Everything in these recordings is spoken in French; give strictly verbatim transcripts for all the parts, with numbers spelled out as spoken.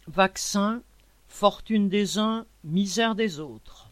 Vaccin, fortune des uns, misère des autres.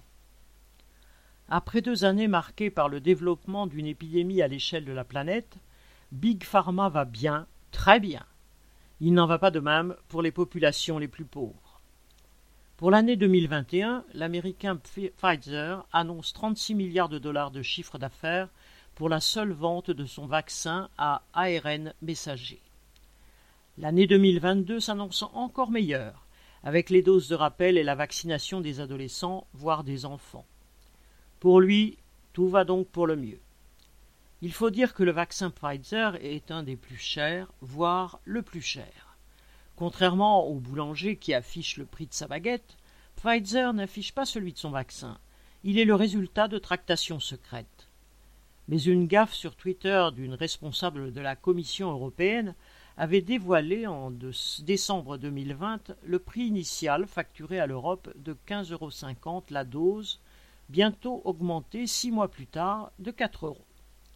Après deux années marquées par le développement d'une épidémie à l'échelle de la planète, Big Pharma va bien, très bien. Il n'en va pas de même pour les populations les plus pauvres. Pour l'année deux mille vingt et un, l'américain Pfizer annonce trente-six milliards de dollars de chiffre d'affaires pour la seule vente de son vaccin à A R N messager. L'année deux mille vingt-deux s'annonce encore meilleure, avec les doses de rappel et la vaccination des adolescents, voire des enfants. Pour lui, tout va donc pour le mieux. Il faut dire que le vaccin Pfizer est un des plus chers, voire le plus cher. Contrairement au boulanger qui affiche le prix de sa baguette, Pfizer n'affiche pas celui de son vaccin. Il est le résultat de tractations secrètes. Mais une gaffe sur Twitter d'une responsable de la Commission européenne avait dévoilé en décembre deux mille vingt le prix initial facturé à l'Europe de quinze euros cinquante la dose, bientôt augmenté six mois plus tard de quatre euros.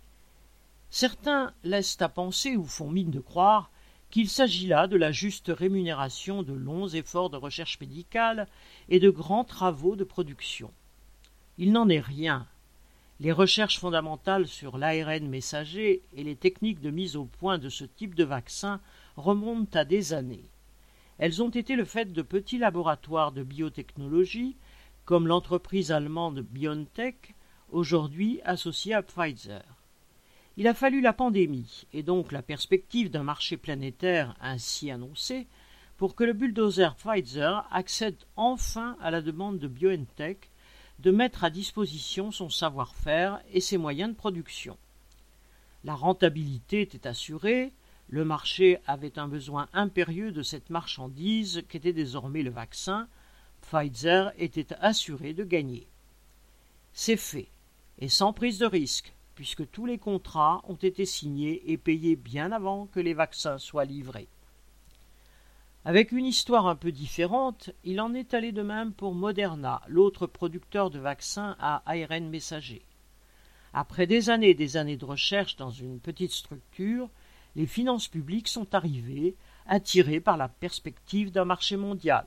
Certains laissent à penser ou font mine de croire qu'il s'agit là de la juste rémunération de longs efforts de recherche médicale et de grands travaux de production. Il n'en est rien. Les recherches fondamentales sur l'A R N messager et les techniques de mise au point de ce type de vaccin remontent à des années. Elles ont été le fait de petits laboratoires de biotechnologie, comme l'entreprise allemande BioNTech, aujourd'hui associée à Pfizer. Il a fallu la pandémie, et donc la perspective d'un marché planétaire ainsi annoncé, pour que le bulldozer Pfizer accède enfin à la demande de BioNTech de mettre à disposition son savoir-faire et ses moyens de production. La rentabilité était assurée, le marché avait un besoin impérieux de cette marchandise qu'était désormais le vaccin, Pfizer était assuré de gagner. C'est fait, et sans prise de risque, puisque tous les contrats ont été signés et payés bien avant que les vaccins soient livrés. Avec une histoire un peu différente, il en est allé de même pour Moderna, l'autre producteur de vaccins à A R N messager. Après des années et des années de recherche dans une petite structure, les finances publiques sont arrivées, attirées par la perspective d'un marché mondial.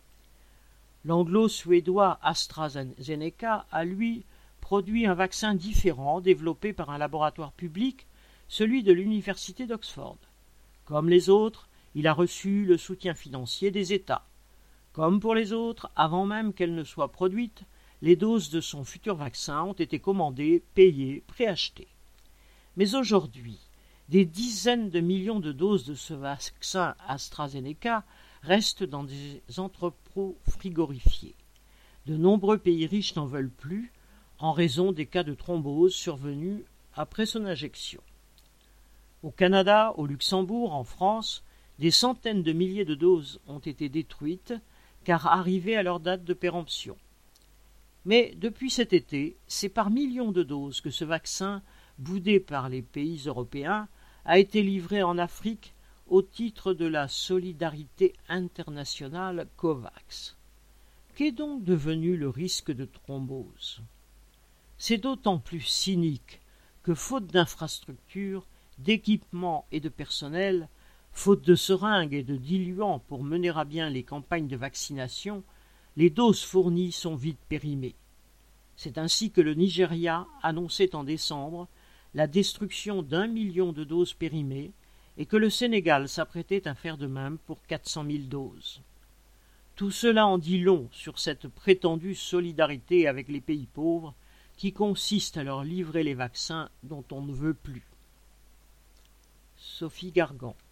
L'anglo-suédois AstraZeneca a, lui, produit un vaccin différent développé par un laboratoire public, celui de l'université d'Oxford. Comme les autres, il a reçu le soutien financier des États. Comme pour les autres, avant même qu'elles ne soient produites, les doses de son futur vaccin ont été commandées, payées, préachetées. Mais aujourd'hui, des dizaines de millions de doses de ce vaccin AstraZeneca restent dans des entrepôts frigorifiés. De nombreux pays riches n'en veulent plus, en raison des cas de thrombose survenus après son injection. Au Canada, au Luxembourg, en France, des centaines de milliers de doses ont été détruites, car arrivées à leur date de péremption. Mais depuis cet été, c'est par millions de doses que ce vaccin, boudé par les pays européens, a été livré en Afrique au titre de la solidarité internationale COVAX. Qu'est donc devenu le risque de thrombose ? C'est d'autant plus cynique que, faute d'infrastructures, d'équipements et de personnel, faute de seringues et de diluants pour mener à bien les campagnes de vaccination, les doses fournies sont vite périmées. C'est ainsi que le Nigeria annonçait en décembre la destruction d'un million de doses périmées et que le Sénégal s'apprêtait à faire de même pour quatre cent mille doses. Tout cela en dit long sur cette prétendue solidarité avec les pays pauvres qui consiste à leur livrer les vaccins dont on ne veut plus. Sophie Gargan.